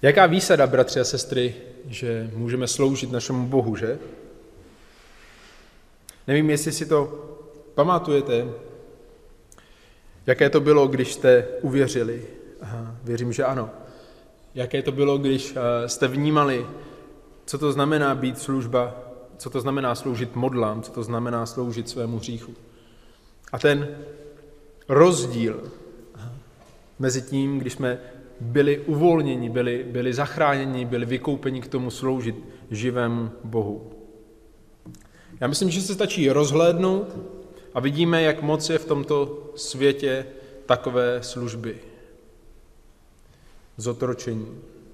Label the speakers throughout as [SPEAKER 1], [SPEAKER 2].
[SPEAKER 1] Jaká výsada, bratři a sestry, že můžeme sloužit našemu Bohu, že? Nevím, jestli si to pamatujete, jaké to bylo, když jste uvěřili. Věřím, že ano. Jaké to bylo, když jste vnímali, co to znamená být služba, co to znamená sloužit modlám, co to znamená sloužit svému hříchu. A ten rozdíl mezi tím, když jsme byli uvolněni, byli zachráněni, byli vykoupeni k tomu sloužit živému Bohu. Já myslím, že se stačí rozhlédnout a vidíme, jak moc je v tomto světě takové služby. Zotročení.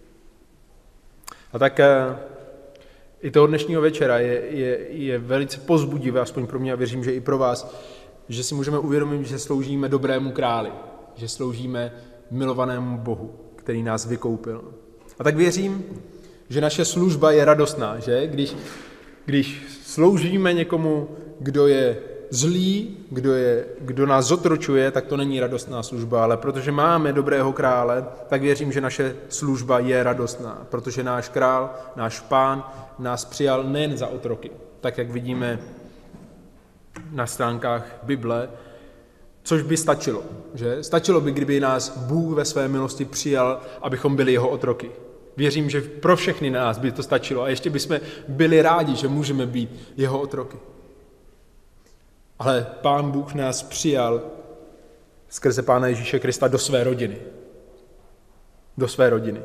[SPEAKER 1] A tak i toho dnešního večera je velice povzbudivé, aspoň pro mě a věřím, že i pro vás, že si můžeme uvědomit, že sloužíme dobrému králi, že sloužíme milovanému Bohu, který nás vykoupil. A tak věřím, že naše služba je radostná, že? Když sloužíme někomu, kdo je zlý, kdo nás zotročuje, tak to není radostná služba, ale protože máme dobrého krále, tak věřím, že naše služba je radostná, protože náš král, náš pán nás přijal nejen za otroky, tak jak vidíme na stránkách Bible, což by stačilo, že? Stačilo by, kdyby nás Bůh ve své milosti přijal, abychom byli jeho otroky. Věřím, že pro všechny nás by to stačilo a ještě bychom byli rádi, že můžeme být jeho otroky. Ale Pán Bůh nás přijal skrze Pána Ježíše Krista do své rodiny. Do své rodiny.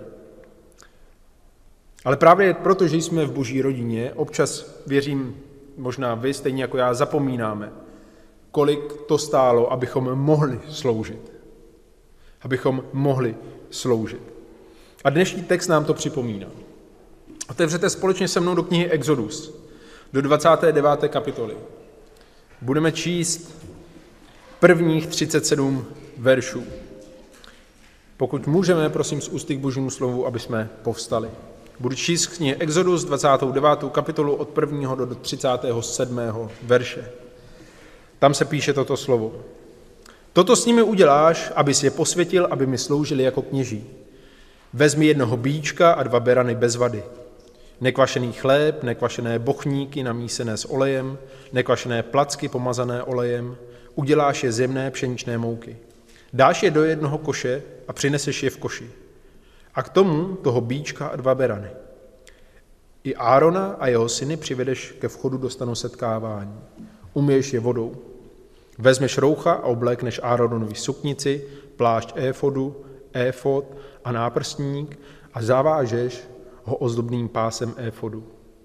[SPEAKER 1] Ale právě proto, že jsme v Boží rodině, občas, věřím, možná vy, stejně jako já, zapomínáme, kolik to stálo, abychom mohli sloužit. Abychom mohli sloužit. A dnešní text nám to připomíná. Otevřete společně se mnou do knihy Exodus, do 29. kapitoly. Budeme číst prvních 37 veršů. Pokud můžeme, prosím z ústy k Božímu slovu, aby jsme povstali. Budu číst knihy Exodus 29. kapitolu od 1. do 37. verše. Tam se píše toto slovo. Toto s nimi uděláš, abys je posvětil, aby mi sloužili jako kněží. Vezmi jednoho býčka a 2 berany bez vady. Nekvašený chléb, nekvašené bochníky namísené s olejem, nekvašené placky pomazané olejem, uděláš je z jemné pšeničné mouky. Dáš je do jednoho koše a přineseš je v koši. A k tomu toho býčka a 2 berany. I Árona a jeho syny přivedeš ke vchodu do stanu setkávání. Umyješ je vodou. Vezmeš roucha a oblékneš Áronovi suknici, plášť éfodu, éfod a náprstník a zavážeš ho ozdobným pásem éfodu.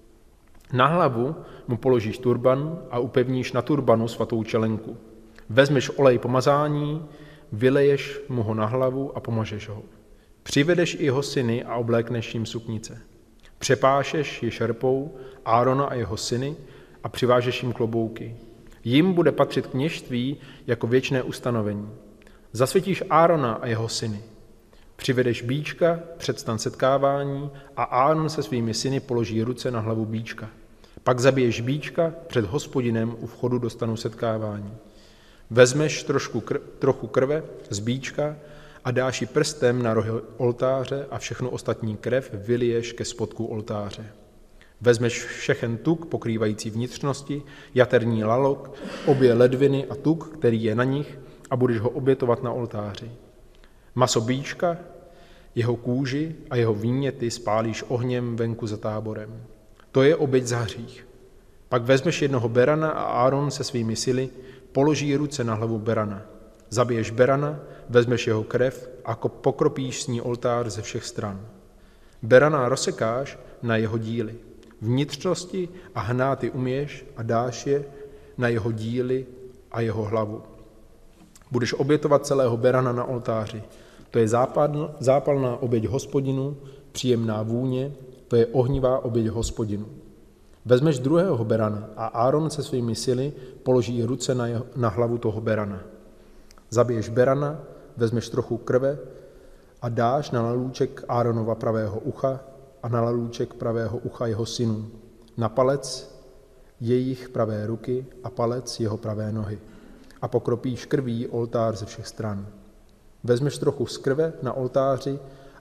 [SPEAKER 1] Na hlavu mu položíš turban a upevníš na turbanu svatou čelenku. Vezmeš olej pomazání, vyleješ mu ho na hlavu a pomažeš ho. Přivedeš i jeho syny a oblékneš jim suknice. Přepášeš je šerpou, Árona a jeho syny a přivážeš jim klobouky. Jim bude patřit kněžství jako věčné ustanovení. Zasvětíš Árona a jeho syny. Přivedeš býčka před stan setkávání a Áron se svými syny položí ruce na hlavu býčka. Pak zabiješ býčka před Hospodinem u vchodu do stanu setkávání. Vezmeš trochu krve z býčka a dáš ji prstem na rohy oltáře a všechnu ostatní krev vyliješ ke spodku oltáře. Vezmeš všechen tuk pokrývající vnitřnosti, jaterní lalok, obě ledviny a tuk, který je na nich, a budeš ho obětovat na oltáři. Maso býčka, jeho kůži a jeho výněty spálíš ohněm venku za táborem. To je oběť za hřích. Pak vezmeš jednoho berana a Áron se svými syny položí ruce na hlavu berana. Zabiješ berana, vezmeš jeho krev a pokropíš s ní oltář ze všech stran. Berana rozsekáš na jeho díly. Vnitřnosti a hnáty umyješ a dáš je na jeho díly a jeho hlavu. Budeš obětovat celého berana na oltáři. To je zápalná oběť Hospodinu, příjemná vůně, to je ohnivá oběť Hospodinu. Vezmeš druhého berana a Áron se svými syny položí ruce na hlavu toho berana. Zabiješ berana, vezmeš trochu krve a dáš na lalůček Áronova pravého ucha a na lalůček pravého ucha jeho synů, na palec jejich pravé ruky a palec jeho pravé nohy. A pokropíš krví oltář ze všech stran. Vezmeš trochu z krve na oltáři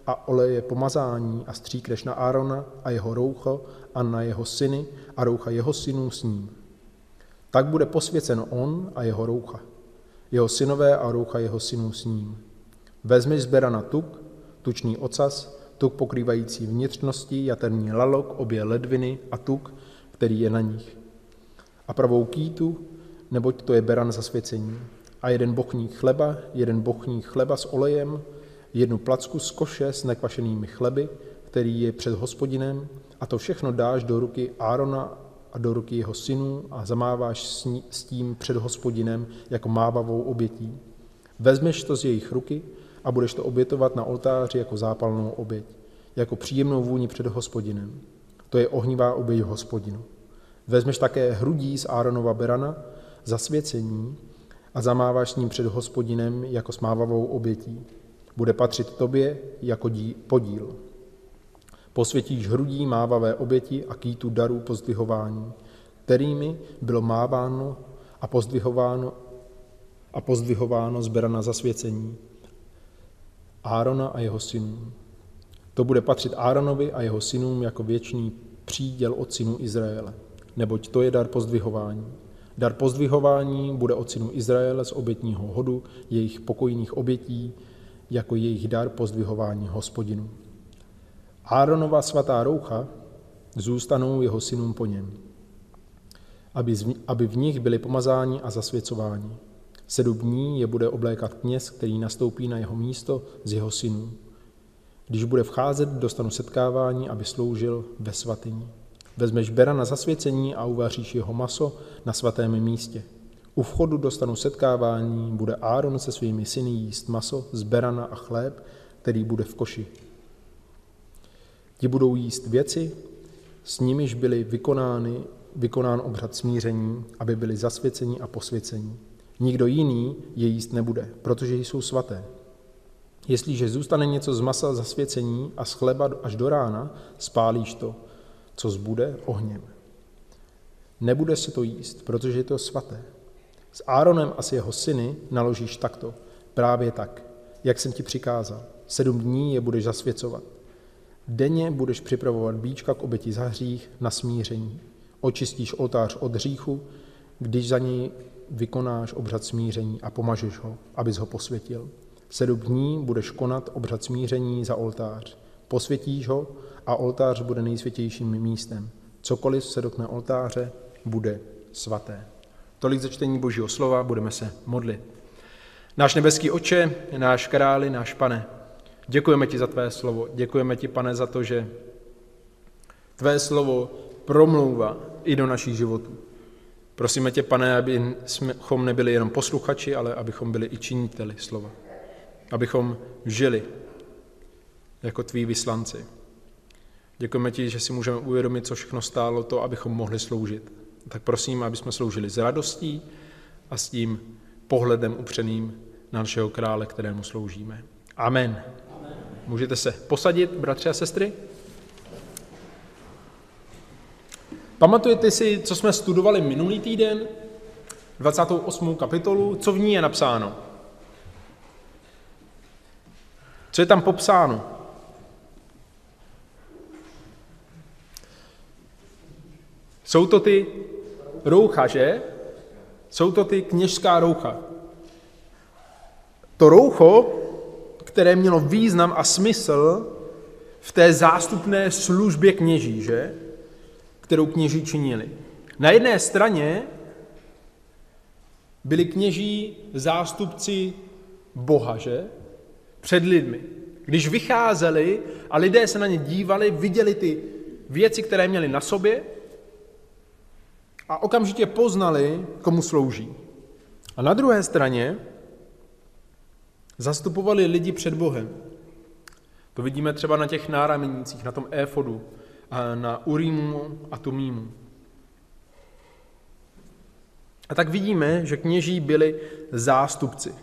[SPEAKER 1] a oleje pomazání a stříkneš na Árona a jeho roucho a na jeho syny a roucha jeho synů s ním. Tak bude posvěcen on a jeho roucha, jeho synové a roucha jeho synů s ním. Vezmeš z berana tuk, tučný ocas, tuk pokrývající vnitřnosti, jaterní lalok, obě ledviny a tuk, který je na nich. A pravou kýtu, neboť to je beran zasvěcení. A jeden bochník chleba s olejem, jednu placku z koše s nekvašenými chleby, který je před Hospodinem, a to všechno dáš do ruky Árona a do ruky jeho synů a zamáváš s tím před Hospodinem jako mávavou obětí. Vezmeš to z jejich ruky a budeš to obětovat na oltáři jako zápalnou oběť, jako příjemnou vůni před Hospodinem. To je ohnivá oběť Hospodinu. Vezmeš také hrudí z Áronova berana, zasvěcení, a zamáváš s ním před Hospodinem jako smávavou obětí. Bude patřit tobě jako podíl. Posvětíš hrudí mávavé oběti a kýtu darů pozdvihování, kterými bylo máváno a pozdvihováno z berana zasvěcení Árona a jeho synům. To bude patřit Áronovi a jeho synům jako věčný příděl od synů Izraele, neboť to je dar pozdvihování. Dar pozdvihování bude od synů Izraele z obětního hodu jejich pokojných obětí, jako jejich dar pozdvihování Hospodinu. Áronova svatá roucha zůstanou jeho synům po něm, aby v nich byli pomazáni a zasvěcováni. 7 dní je bude oblékat kněz, který nastoupí na jeho místo z jeho synů. Když bude vcházet do stanu setkávání, aby sloužil ve svatyni. Vezmeš bera na zasvěcení a uvaříš jeho maso na svatém místě. U vchodu do stanu setkávání bude Áron se svými syny jíst maso z berana a chléb, který bude v koši. Ti budou jíst věci, s nimiž byly vykonán obřad smíření, aby byli zasvěceni a posvěceni. Nikdo jiný je jíst nebude, protože jsou svaté. Jestliže zůstane něco z masa zasvěcení a z chleba až do rána, spálíš to, co zbude, ohněm. Nebude se to jíst, protože je to svaté. S Áronem a s jeho syny naložíš takto, právě tak, jak jsem ti přikázal. 7 dní je budeš zasvěcovat. Denně budeš připravovat bíčka k oběti za hřích na smíření. Očistíš oltář od hříchu, když za něj vykonáš obřad smíření a pomažeš ho, abys ho posvětil. 7 dní budeš konat obřad smíření za oltář. Posvětíš ho a oltář bude nejsvětějším místem. Cokoliv se dotkne oltáře, bude svaté. Tolik ze čtení Božího slova, budeme se modlit. Náš nebeský Otče, náš králi, náš Pane, děkujeme ti za tvé slovo. Děkujeme ti, Pane, za to, že tvé slovo promlouvá i do našich životů. Prosíme tě, Pane, abychom nebyli jenom posluchači, ale abychom byli i činiteli slova. Abychom žili jako tví vyslanci. Děkujeme ti, že si můžeme uvědomit, co všechno stálo to, abychom mohli sloužit. Tak prosím, aby jsme sloužili s radostí a s tím pohledem upřeným na našeho krále, kterému sloužíme. Amen. Můžete se posadit, bratři a sestry? Pamatujete si, co jsme studovali minulý týden? 28. kapitolu. Co v ní je napsáno? Co je tam popsáno? Jsou to ty roucha, že? Jsou to ty kněžská roucha. To roucho, které mělo význam a smysl v té zástupné službě kněží, že? Kterou kněží činili. Na jedné straně byli kněží zástupci Boha, že? Před lidmi. Když vycházeli a lidé se na ně dívali, viděli ty věci, které měli na sobě a okamžitě poznali, komu slouží. A na druhé straně zastupovali lidi před Bohem. To vidíme třeba na těch náramnících, na tom éfodu, a na Urímu a Tumímu. A tak vidíme, že kněží byli zástupci.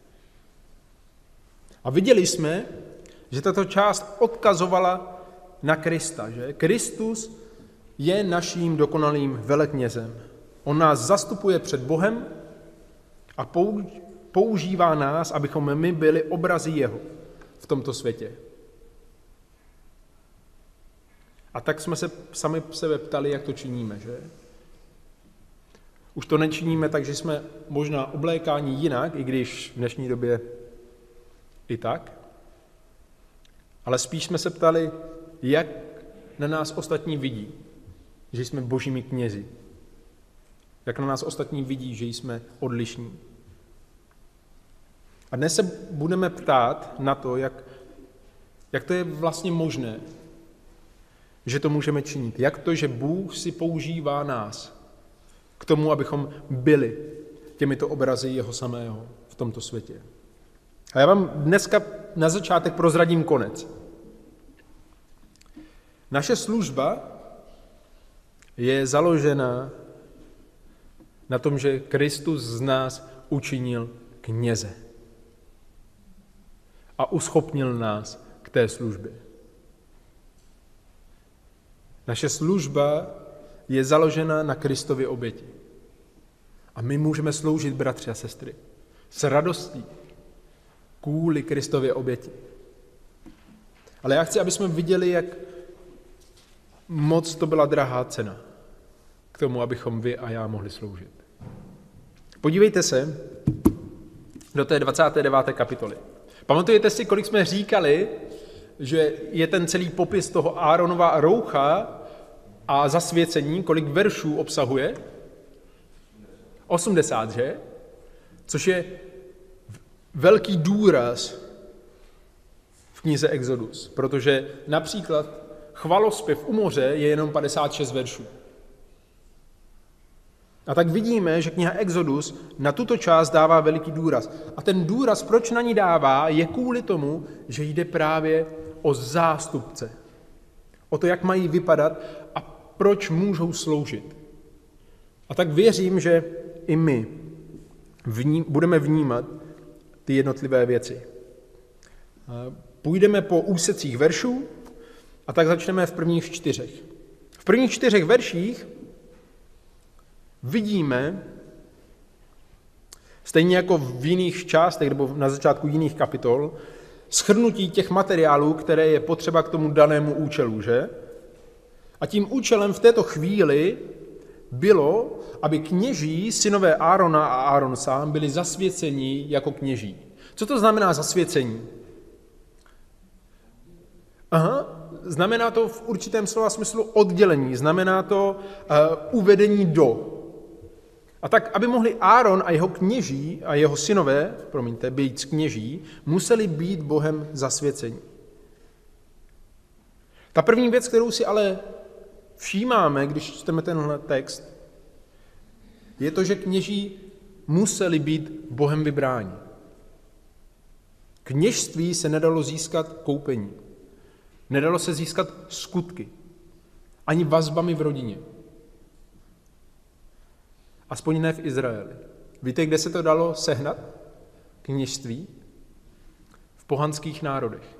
[SPEAKER 1] A viděli jsme, že tato část odkazovala na Krista, že Kristus je naším dokonalým veleknězem. On nás zastupuje před Bohem a používá nás, abychom my byli obrazy jeho v tomto světě. A tak jsme se sami sebe ptali, jak to činíme, že? Už to nečiníme tak, že jsme možná oblékáni jinak, i když v dnešní době i tak. Ale spíš jsme se ptali, jak na nás ostatní vidí, že jsme božími knězi. Jak na nás ostatní vidí, že jsme odlišní. A dnes se budeme ptát na to, jak to je vlastně možné, že to můžeme činit. Jak to, že Bůh si používá nás k tomu, abychom byli těmito obrazy jeho samého v tomto světě. A já vám dneska na začátek prozradím konec. Naše služba je založena na tom, že Kristus z nás učinil kněze a uschopnil nás k té službě. Naše služba je založena na Kristově oběti. A my můžeme sloužit, bratři a sestry, s radostí kvůli Kristově oběti. Ale já chci, aby jsme viděli, jak moc to byla drahá cena k tomu, abychom vy a já mohli sloužit. Podívejte se do té 29. kapitoly. Pamatujete si, kolik jsme říkali, že je ten celý popis toho Áronova roucha a zasvěcení, kolik veršů obsahuje? 80, že? Což je velký důraz v knize Exodus, protože například chvalospěv u moře je jenom 56 veršů. A tak vidíme, že kniha Exodus na tuto část dává veliký důraz. A ten důraz, proč na ní dává, je kvůli tomu, že jde právě o zástupce. O to, jak mají vypadat a proč můžou sloužit. A tak věřím, že i my budeme vnímat ty jednotlivé věci. Půjdeme po úsecích veršů a tak začneme v prvních 4. V prvních 4 verších vidíme, stejně jako v jiných částech nebo na začátku jiných kapitol, shrnutí těch materiálů, které je potřeba k tomu danému účelu, že? A tím účelem v této chvíli bylo, aby kněží, synové Árona a Áron sám, byli zasvěceni jako kněží. Co to znamená zasvěcení? Znamená to v určitém slova smyslu oddělení, znamená to uvedení do. A tak, aby mohli Áron a jeho kněží a jeho synové, být kněží, museli být Bohem zasvěceni. Ta první věc, kterou si ale všímáme, když čteme tenhle text, je to, že kněží museli být Bohem vybráni. Kněžství se nedalo získat koupení. Nedalo se získat skutky. Ani vazbami v rodině. Aspoň ne v Izraeli. Víte, kde se to dalo sehnat? Kněžství? V pohanských národech.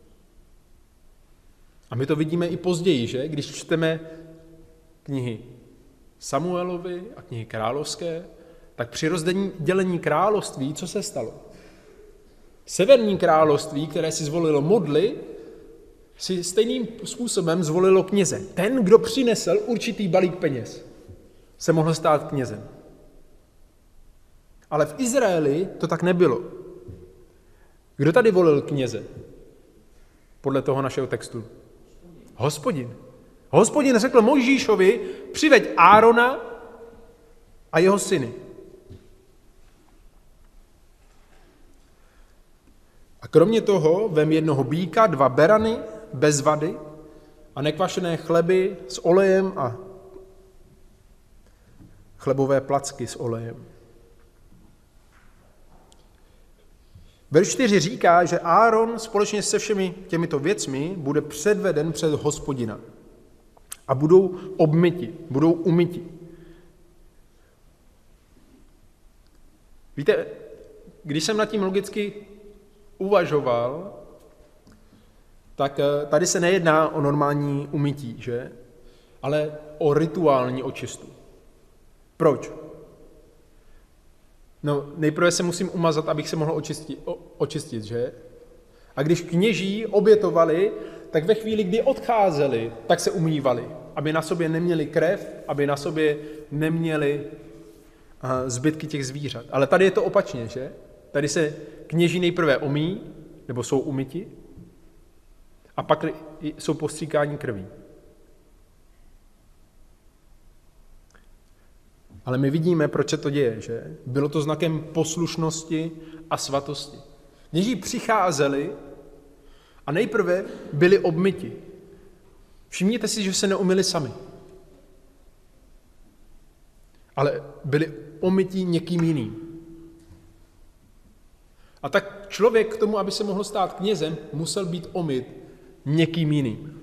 [SPEAKER 1] A my to vidíme i později, že? Když čteme knihy Samuelovy a knihy královské, tak při rozdělení království, co se stalo? Severní království, které si zvolilo modly, si stejným způsobem zvolilo kněze. Ten, kdo přinesl určitý balík peněz, se mohl stát knězem. Ale v Izraeli to tak nebylo. Kdo tady volil kněze? Podle toho našeho textu. Hospodin. Hospodin řekl Mojžíšovi, přiveď Árona a jeho syny. A kromě toho vem jednoho býka, 2 berany bez vady a nekvašené chleby s olejem a chlebové placky s olejem. Verš 4 říká, že Áron společně se všemi těmito věcmi bude předveden před Hospodina a budou obmyti, budou umyti. Víte, když jsem nad tím logicky uvažoval, tak tady se nejedná o normální umytí, že? Ale o rituální očistu. Proč? No, nejprve se musím umazat, abych se mohl očistit, že? A když kněží obětovali, tak ve chvíli, kdy odcházeli, tak se umývali, aby na sobě neměli krev, aby na sobě neměli zbytky těch zvířat. Ale tady je to opačně, že? Tady se kněží nejprve omyjí, nebo jsou umyti, a pak jsou postříkáni krví. Ale my vidíme, proč se to děje, že? Bylo to znakem poslušnosti a svatosti. Kněží přicházeli a nejprve byli obmyti. Všimněte si, že se neumyli sami, ale byli omytí někým jiným. A tak člověk k tomu, aby se mohl stát knězem, musel být omyt někým jiným.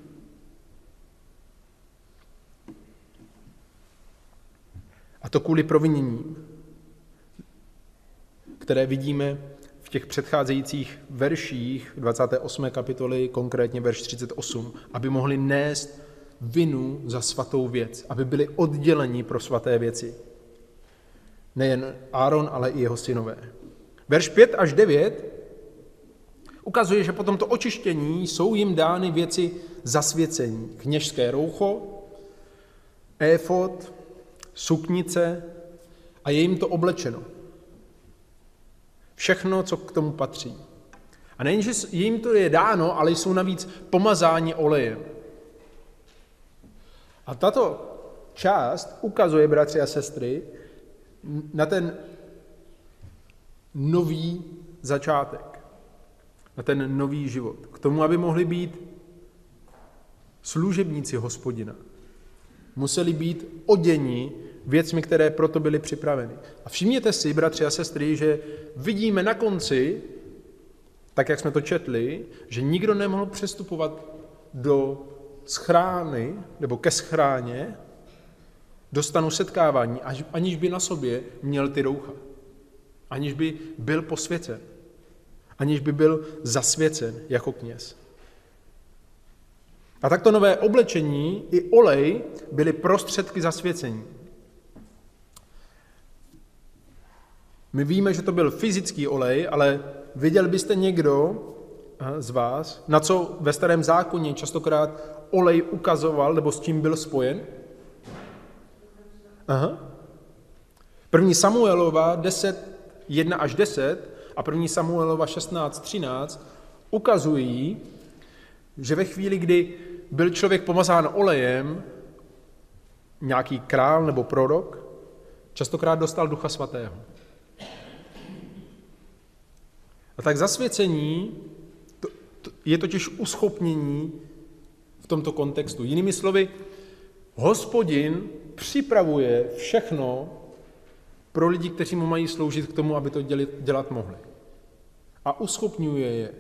[SPEAKER 1] A to kvůli proviněním, které vidíme v těch předcházejících verších 28. kapitoly, konkrétně verš 38, aby mohli nést vinu za svatou věc, aby byli odděleni pro svaté věci. Nejen Áron, ale i jeho synové. Verš 5 až 9 ukazuje, že po tomto očištění jsou jim dány věci zasvěcení. Kněžské roucho, éfod, suknice a je jim to oblečeno. Všechno, co k tomu patří. A nejen, že jim to je dáno, ale jsou navíc pomazáni olejem. A tato část ukazuje, bratři a sestry, na ten nový začátek, na ten nový život. K tomu, aby mohli být služebníci Hospodina, museli být oděni věcmi, které proto byly připraveny. A všimněte si, bratři a sestry, že vidíme na konci, tak jak jsme to četli, že nikdo nemohl přestupovat do schrány nebo ke schráně, do stanu setkávání, aniž by na sobě měl ty roucha. Aniž by byl posvěcen. Aniž by byl zasvěcen jako kněz. A takto nové oblečení i olej byly prostředky zasvěcení. My víme, že to byl fyzický olej, ale viděl byste někdo z vás, na co ve Starém zákoně častokrát olej ukazoval, nebo s čím byl spojen? Aha. 1. Samuelova 10, 1 až 10 a 1. Samuelova 16, 13 ukazují, že ve chvíli, kdy byl člověk pomazán olejem, nějaký král nebo prorok, častokrát dostal Ducha Svatého. A tak zasvěcení je totiž uschopnění v tomto kontextu. Jinými slovy, Hospodin připravuje všechno pro lidi, kteří mu mají sloužit k tomu, aby to dělat mohli. A uschopňuje je.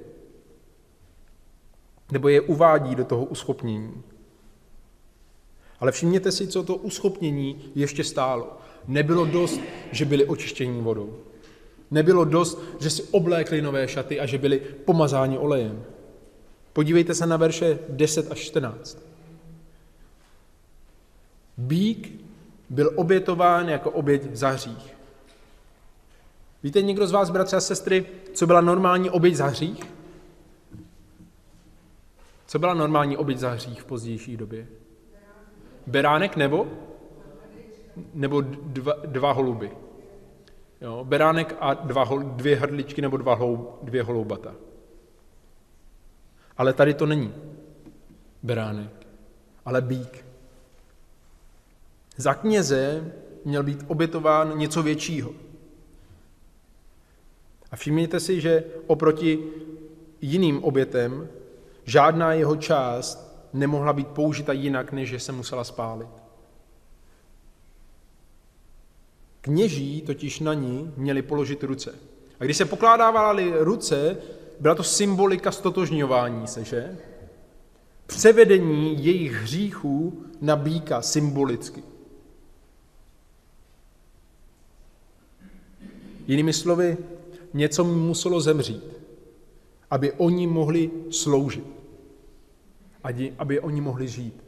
[SPEAKER 1] Nebo je uvádí do toho uschopnění. Ale všimněte si, co to uschopnění ještě stálo. Nebylo dost, že byli očištění vodou. Nebylo dost, že si oblékli nové šaty a že byli pomazáni olejem. Podívejte se na verše 10 až 14. Býk byl obětován jako oběť za hřích. Víte někdo z vás, bratři a sestry, co byla normální oběť za hřích? Co byla normální oběť za hřích v pozdější době? Beránek nebo dva holuby. Jo, beránek a dvě hrdličky nebo dvě holoubata. Ale tady to není beránek, ale býk. Za kněze měl být obětován něco většího. A všimněte si, že oproti jiným obětem žádná jeho část nemohla být použita jinak, než že se musela spálit. Kněží totiž na ní měli položit ruce. A když se pokládávaly ruce, byla to symbolika stotožňování se, že? Převedení jejich hříchů na býka symbolicky. Jinými slovy, něco muselo zemřít, aby oni mohli sloužit, aby oni mohli žít.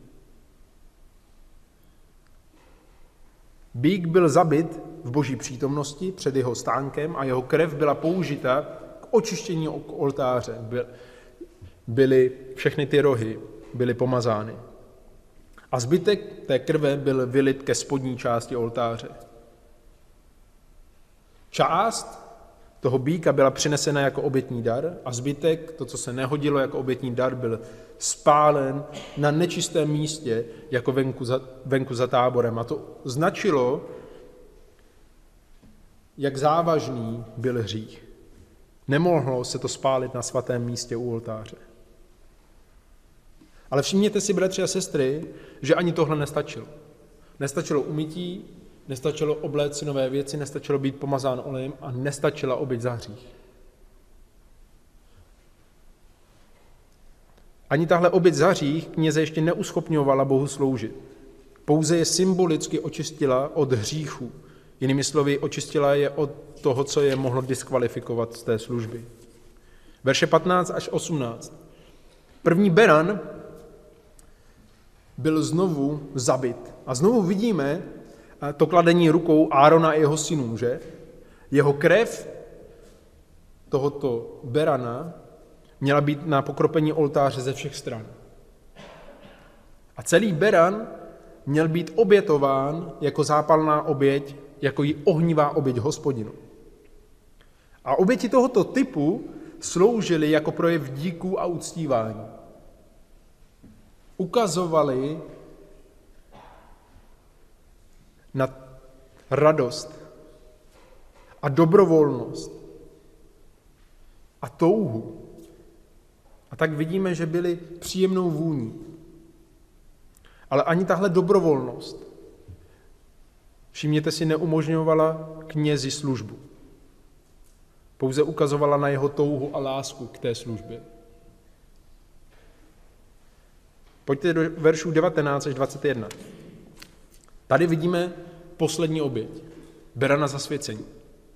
[SPEAKER 1] Býk byl zabit v Boží přítomnosti před jeho stánkem a jeho krev byla použita k očištění oltáře. všechny ty rohy byly pomazány. A zbytek té krve byl vylit ke spodní části oltáře. Část toho býka byla přinesena jako obětní dar a zbytek, to, co se nehodilo jako obětní dar, byl spálen na nečistém místě, jako venku za táborem. A to značilo, jak závažný byl hřích. Nemohlo se to spálit na svatém místě u oltáře. Ale všimněte si, bratři a sestry, že ani tohle nestačilo. Nestačilo umytí, nestačilo obléct si nové věci, nestačilo být pomazán olejem a nestačila oběť za hřích. Ani tahle oběť za hřích kněze ještě neuschopňovala Bohu sloužit. Pouze je symbolicky očistila od hříchu. Jinými slovy, očistila je od toho, co je mohlo diskvalifikovat z té služby. Verše 15 až 18. První beran byl znovu zabit. A znovu vidíme to kladení rukou Árona a jeho synů, že? Jeho krev tohoto berana měla být na pokropení oltáře ze všech stran. A celý beran měl být obětován jako zápalná oběť, jako i ohnivá oběť Hospodinu. A oběti tohoto typu sloužily jako projev díků a uctívání. Ukazovali na radost a dobrovolnost a touhu. A tak vidíme, že byli příjemnou vůní. Ale ani tahle dobrovolnost, všimněte si, neumožňovala knězi službu. Pouze ukazovala na jeho touhu a lásku k té službě. Pojďte do veršů 19 až 21. Tady vidíme poslední oběť, berana zasvěcení.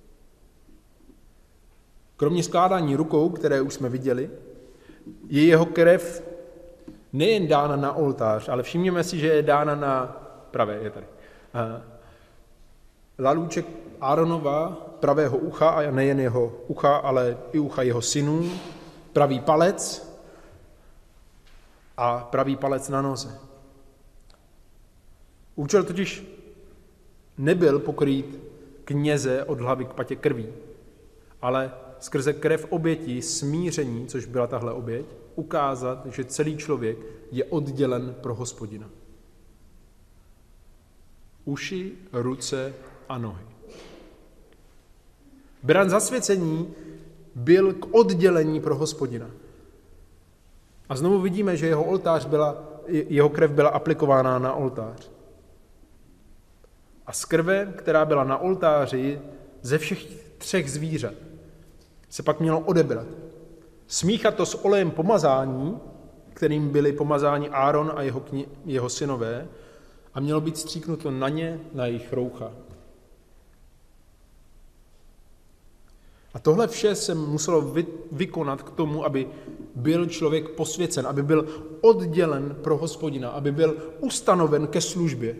[SPEAKER 1] Kromě skládání rukou, které už jsme viděli, je jeho krev nejen dána na oltář, ale všimněme si, že je dána na pravé, je tady. Lalůček Áronova pravého ucha, a nejen jeho ucha, ale i ucha jeho synů, pravý palec a pravý palec na noze. Účel totiž nebyl pokrýt kněze od hlavy k patě krví, ale skrze krev oběti smíření, což byla tahle oběť, ukázat, že celý člověk je oddělen pro Hospodina. Uši, ruce a nohy. Beran zasvěcení byl k oddělení pro Hospodina. A znovu vidíme, že jeho krev byla aplikována na oltář. A z krve, která byla na oltáři, ze všech 3 zvířat, se pak mělo odebrat. Smíchat to s olejem pomazání, kterým byli pomazáni Áron a jeho synové, a mělo být stříknuto na ně, na jejich roucha. A tohle vše se muselo vykonat k tomu, aby byl člověk posvěcen, aby byl oddělen pro Hospodina, aby byl ustanoven ke službě.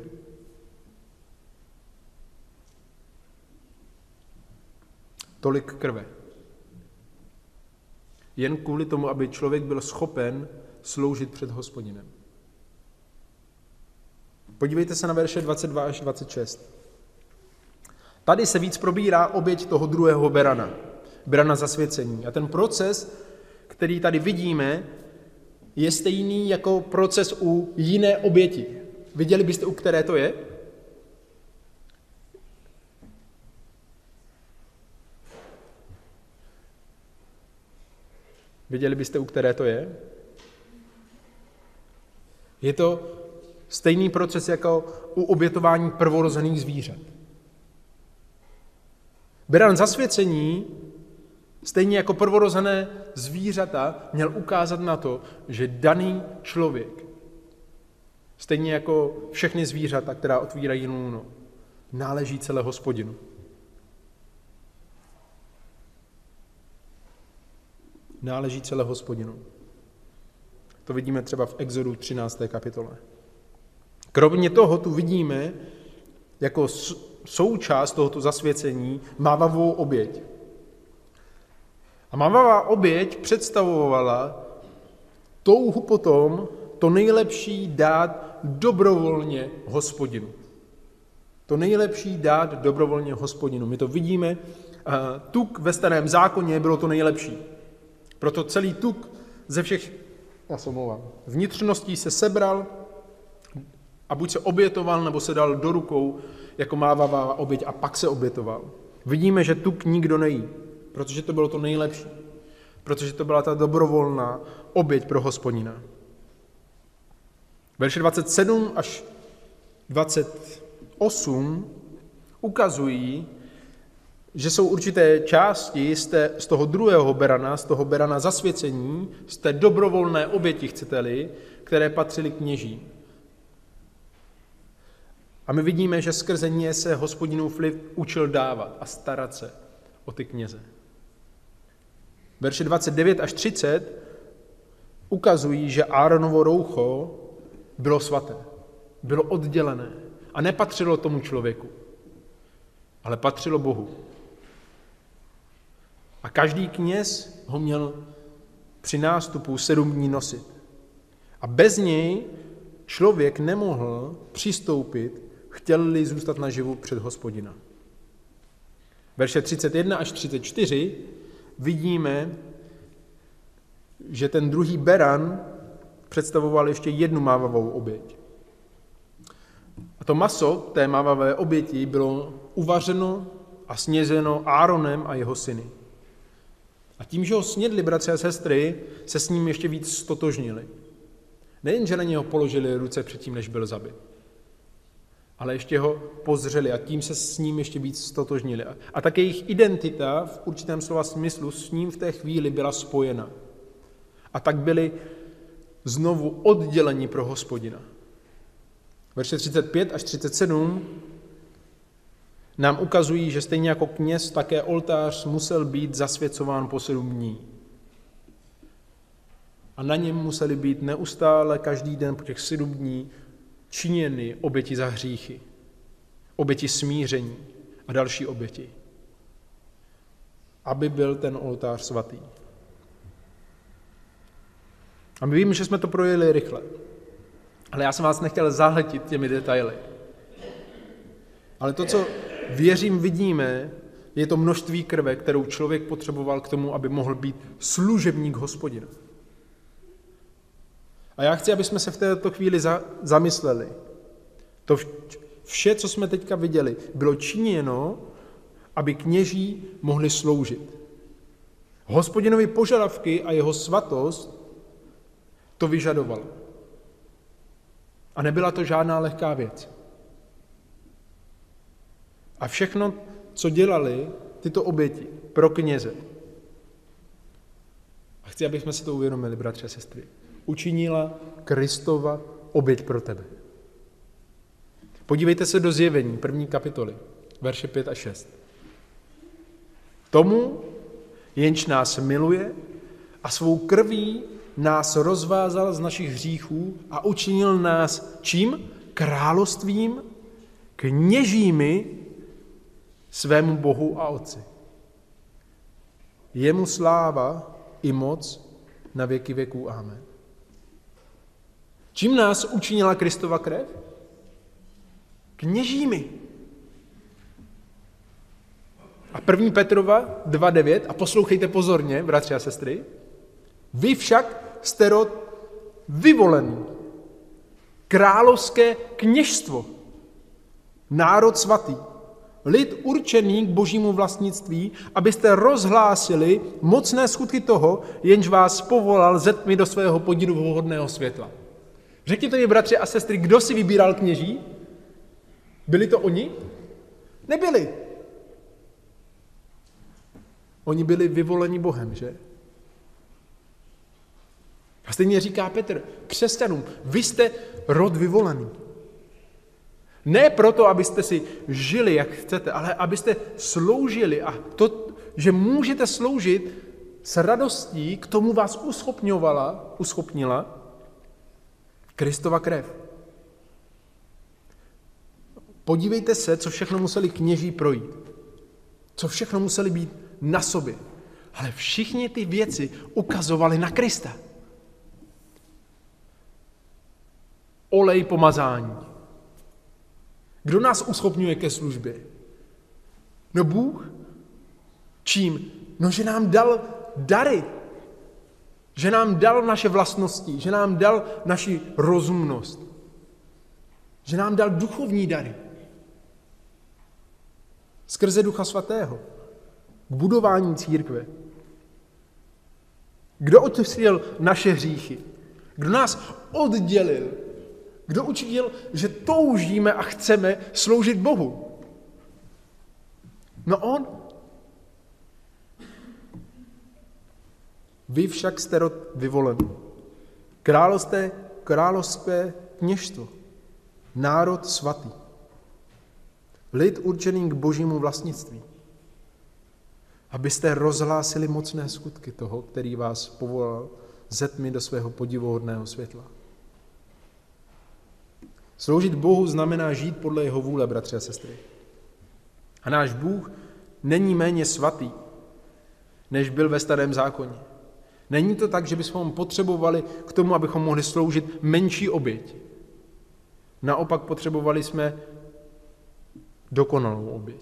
[SPEAKER 1] Tolik krve. Jen kvůli tomu, aby člověk byl schopen sloužit před Hospodinem. Podívejte se na verše 22 až 26. Tady se víc probírá oběť toho druhého berana zasvěcení. A ten proces, který tady vidíme, je stejný jako proces u jiné oběti. Viděli byste, u které to je? Viděli byste, u které to je? Je to stejný proces jako u obětování prvorozených zvířat. Beran zasvěcení, stejně jako prvorozené zvířata, měl ukázat na to, že daný člověk, stejně jako všechny zvířata, která otvírají lůno, náleží celé Hospodinu. Náleží celé Hospodinu. To vidíme třeba v Exodu 13. kapitole. Kromě toho tu vidíme jako součást tohoto zasvěcení mávavou oběť. A mávavá oběť představovala touhu potom to nejlepší dát dobrovolně Hospodinu. To nejlepší dát dobrovolně Hospodinu. My to vidíme, tuk ve Starém zákoně bylo to nejlepší. Proto celý tuk ze všech vnitřností se sebral a buď se obětoval, nebo se dal do rukou jako mávavá oběť a pak se obětoval. Vidíme, že tuk nikdo nejí, protože to bylo to nejlepší. Protože to byla ta dobrovolná oběť pro Hospodina. Verše 27 až 28 ukazují, že jsou určité části z toho druhého berana, z toho berana zasvěcení, z té dobrovolné oběti, chcete-li, které patřily kněžím. A my vidíme, že skrze ně se Hospodinův lid učil dávat a starat se o ty kněze. Verše 29 až 30 ukazují, že Áronovo roucho bylo svaté, bylo oddělené a nepatřilo tomu člověku, ale patřilo Bohu. A každý kněz ho měl při nástupu 7 dní nosit. A bez něj člověk nemohl přistoupit, chtěl-li zůstat naživu před Hospodina. Verše 31 až 34 vidíme, že ten druhý beran představoval ještě jednu mávavou oběť. A to maso té mávavé oběti bylo uvařeno a snězeno Áronem a jeho syny. A tím, že ho snědli bratři a sestry, se s ním ještě víc stotožnili. Nejen, že na něho položili ruce předtím, než byl zabit, ale ještě ho pozřeli a tím se s ním ještě víc stotožnili. A také jejich identita v určitém slova smyslu s ním v té chvíli byla spojena. A tak byli znovu odděleni pro Hospodina. Verše 35 až 37 nám ukazují, že stejně jako kněz, také oltář musel být zasvěcován po 7 dní. A na něm museli být neustále každý den po těch 7 dní činěny oběti za hříchy, oběti smíření a další oběti, aby byl ten oltář svatý. A my víme, že jsme to projeli rychle, ale já jsem vás nechtěl zahltit těmi detaily. Ale to, co věřím, vidíme, je to množství krve, kterou člověk potřeboval k tomu, aby mohl být služebník Hospodina. A já chci, aby jsme se v této chvíli zamysleli. To vše, co jsme teďka viděli, bylo činěno, aby kněží mohli sloužit. Hospodinovi požadavky a jeho svatost to vyžadovalo. A nebyla to žádná lehká věc. A všechno, co dělali tyto oběti pro kněze, a chci, abychom si to uvědomili, bratři a sestry, učinila Kristova oběť pro tebe. Podívejte se do Zjevení, 1. kapitoly, verše 5 a 6. Tomu, jenž nás miluje a svou krví nás rozvázal z našich hříchů a učinil nás čím? Královstvím, kněžími svému Bohu a Otci. Jemu sláva i moc na věky věků. Amen. Čím nás učinila Kristova krev? Kněžími. A 1. Petrova 2.9, a poslouchejte pozorně, bratři a sestry, vy však jste rod vyvolený, královské kněžstvo, národ svatý, lid určený k božímu vlastnictví, abyste rozhlásili mocné skutky toho, jenž vás povolal ze tmy do svého podivuhodného světla. Řekněte mi, bratři a sestry, kdo si vybíral kněží? Byli to oni? Nebyli. Oni byli vyvoleni Bohem, že? A stejně říká Petr křesťanům, vy jste rod vyvolený. Ne proto, abyste si žili, jak chcete, ale abyste sloužili. A to, že můžete sloužit s radostí, k tomu vás uschopnila Kristova krev. Podívejte se, co všechno museli kněží projít. Co všechno museli být na sobě. Ale všichni ty věci ukazovaly na Krista. olej pomazání. Kdo nás uschopňuje ke službě? No Bůh. Čím? No, že nám dal dary. Že nám dal naše vlastnosti, že nám dal naši rozumnost. Že nám dal duchovní dary. Skrze Ducha Svatého. K budování církve. Kdo odpustil naše hříchy? Kdo nás oddělil? Kdo učinil, že toužíme a chceme sloužit Bohu? No on. Vy však jste rod vyvolený. Královské kněžstvo. Národ svatý. Lid určený k božímu vlastnictví. Abyste rozhlásili mocné skutky toho, který vás povolal ze tmy do svého podivuhodného světla. Sloužit Bohu znamená žít podle jeho vůle, bratři a sestry. A náš Bůh není méně svatý, než byl ve Starém zákoně. Není to tak, že bychom potřebovali k tomu, abychom mohli sloužit menší oběť. Naopak potřebovali jsme dokonalou oběť.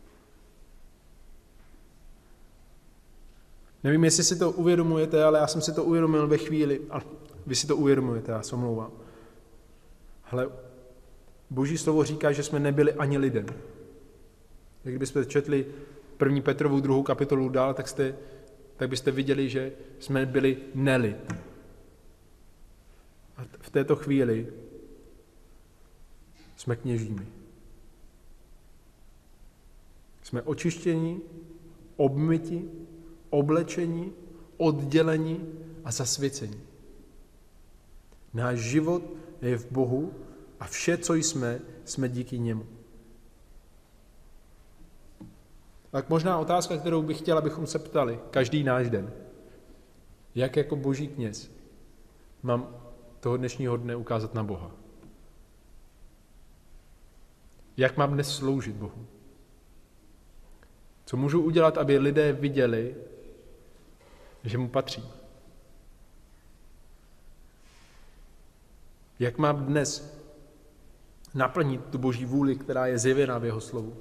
[SPEAKER 1] Nevím, jestli si to uvědomujete, ale já jsem si to uvědomil ve chvíli, a vy si to uvědomujete, já se omlouvám. Ale Boží slovo říká, že jsme nebyli ani lidem. Kdybyste četli 1. Petrovu 2. kapitolu dál, tak byste viděli, že jsme byli nelid. A v této chvíli jsme kněžími. Jsme očištěni, obmyti, oblečeni, odděleni a zasvěceni. Náš život je v Bohu a vše, co jsme díky němu. Tak možná otázka, kterou bych chtěl, abychom se ptali každý náš den. Jak jako boží kněz mám toho dnešního dne ukázat na Boha? Jak mám dnes sloužit Bohu? Co můžu udělat, aby lidé viděli, že mu patří? Jak mám dnes naplnit tu boží vůli, která je zjevená v jeho slovu?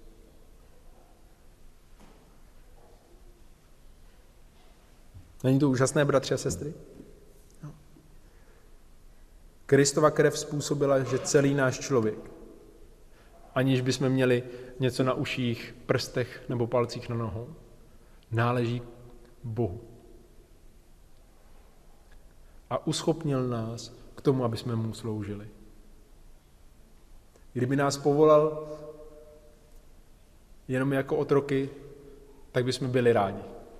[SPEAKER 1] Není to úžasné, bratři a sestry? No. Kristova krev způsobila, že celý náš člověk, aniž bychom měli něco na uších, prstech nebo palcích na nohou, náleží Bohu. A uschopnil nás k tomu, aby jsme mu sloužili. Kdyby nás povolal jenom jako otroky, tak bychom byli rádi.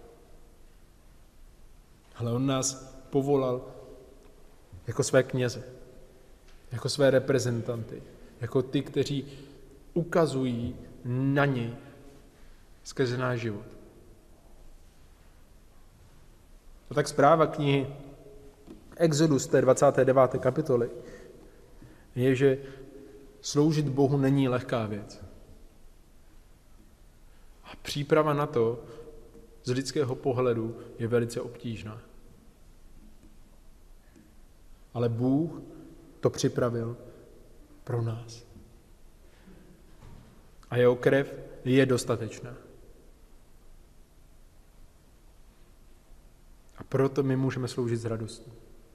[SPEAKER 1] Ale on nás povolal jako své kněze, jako své reprezentanty, jako ty, kteří ukazují na něj skrze náš život. A tak zpráva knihy Exodus té 29. kapitoly je, že sloužit Bohu není lehká věc. A příprava na to z lidského pohledu je velice obtížná. Ale Bůh to připravil pro nás. A jeho krev je dostatečná. A proto my můžeme sloužit s radostí.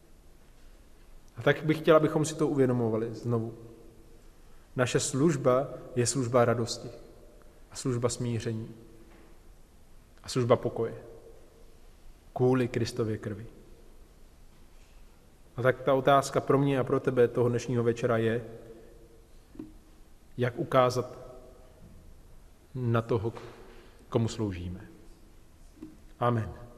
[SPEAKER 1] A tak bych chtěl, abychom si to uvědomovali znovu. Naše služba je služba radosti a služba smíření a služba pokoje kvůli Kristově krvi. A tak ta otázka pro mě a pro tebe toho dnešního večera je, jak ukázat na toho, komu sloužíme. Amen.